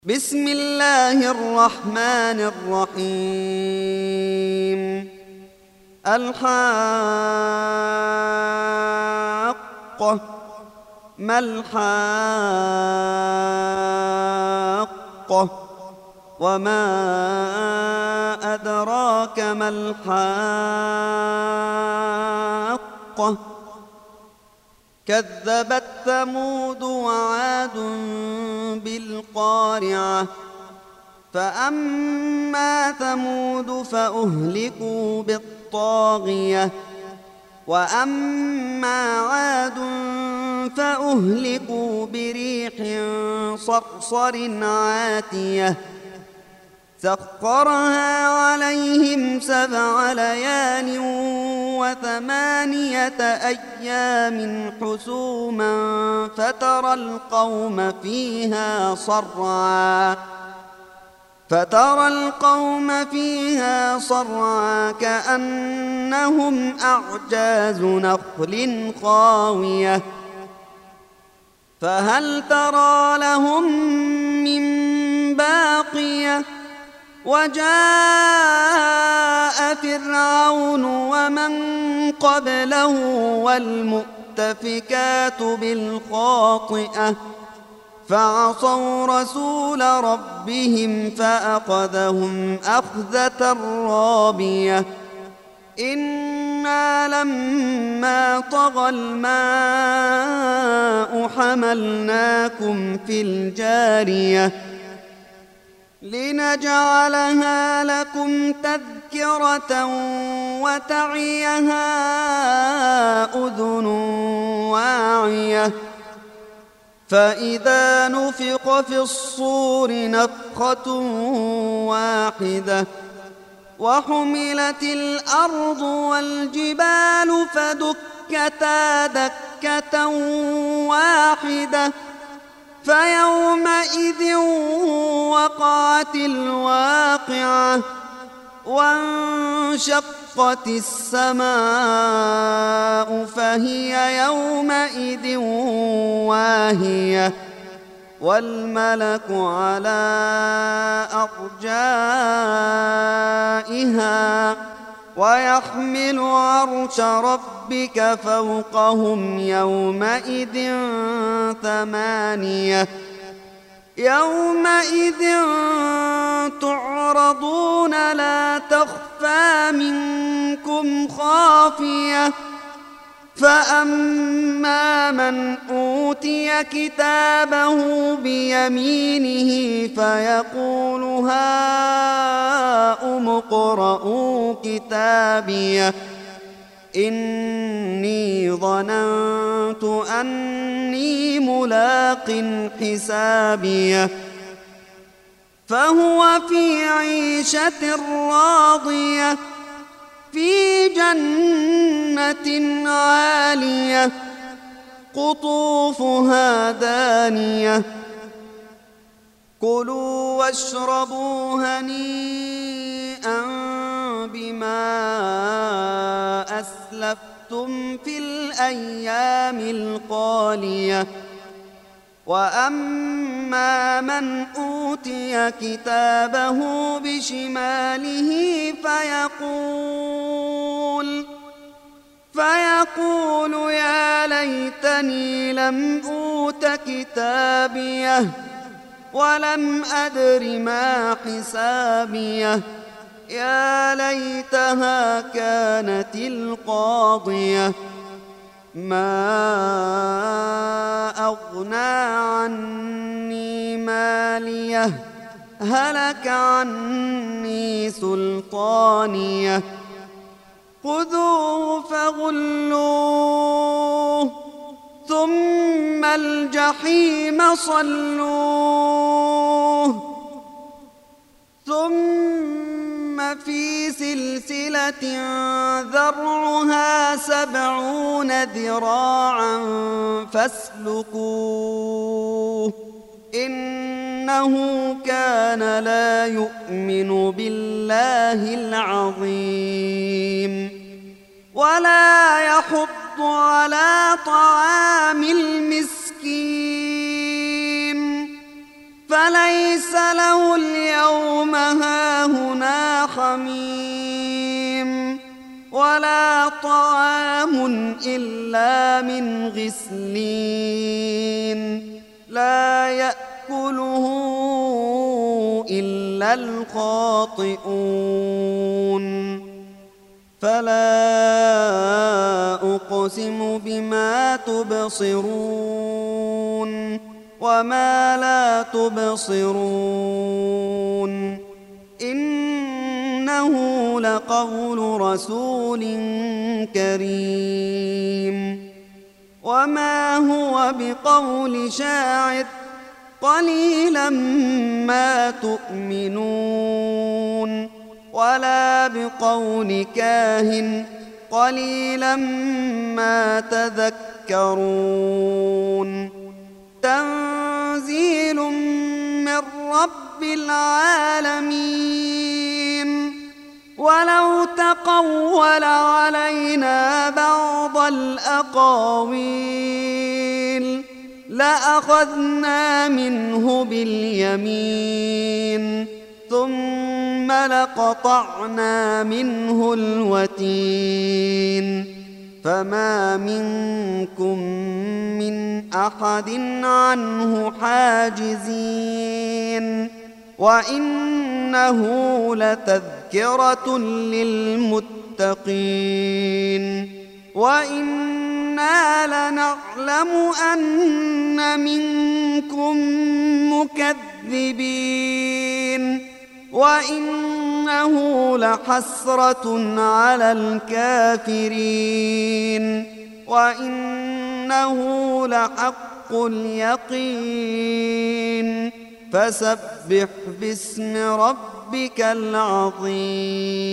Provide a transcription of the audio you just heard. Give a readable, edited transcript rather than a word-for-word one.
بسم الله الرحمن الرحيم. الحاقة ما الحاقة وما أدراك ما الحاقة كذبت ثمود وعاد بالقارعة فأما ثمود فأهلكوا بالطاغية وأما عاد فأهلكوا بريح صرصر عاتية سخرها عليهم 7 ليال و8 أيام حسوما فترى القوم فيها صرعى كأنهم أعجاز نخل خاوية فهل ترى لهم من باقية وجاء فرعون ومن قبله والمؤتفكات بالخاطئة فعصوا رسول ربهم فأخذهم أخذة رابية إنا لما طغى الماء حملناكم في الجارية لنجعلها لكم تذكرة وتعيها أذن واعية فإذا نفخ في الصور نفخة واحدة وحملت الأرض والجبال فدكتا دكة واحدة فيومئذ وقعت الواقعة وانشقت السماء فهي يومئذ واهية والملك على أرجائها ويحمل عرش ربك فوقهم يومئذ 8 يومئذ تعرضون لا تخفى منكم خافية فأما من أوتي كتابه بيمينه فيقول هاؤم اقرءوا كتابيه إني ظننت أني ملاق حسابيه فهو في عيشة راضية في جنة عالية قطوفها دانية كلوا واشربوا هنيئا بما أسلفتم في الأيام الخالية وأما من أوتي كتابه بشماله فيقول يا ليتني لم أوت كتابيه ولم أدر ما حسابيه يا ليتها كانت القاضية ما أغنى عني ماليه هلك عني سلطانيه خذوه فغلوه ثم الجحيم صلوه ثم في سلسلة ذرعها 70 ذراعا فاسلكوه إنه كان لا يؤمن بالله العظيم ولا يحض على طعام المسكين فليس له اليوم هاهنا حميم ولا طعام إلا من غسلين لا يأكله إلا الخاطئون فلا أقسم بما تبصرون وما لا تبصرون إنه لقول رسول كريم وما هو بقول شاعر قليلا ما تؤمنون ولا بقول كاهن قليلا ما تذكرون تنزيل من رب العالمين ولو تقول علينا بعض الأقاويل لأخذنا منه باليمين ثم لقطعنا منه الوتين فما منكم من أحد عنه حاجزين وإنه لتذكرة للمتقين وإنا لنعلم أن منكم مكذبين وإنه لحسرة على الكافرين وإنه لحق اليقين فسبح باسم ربك العظيم.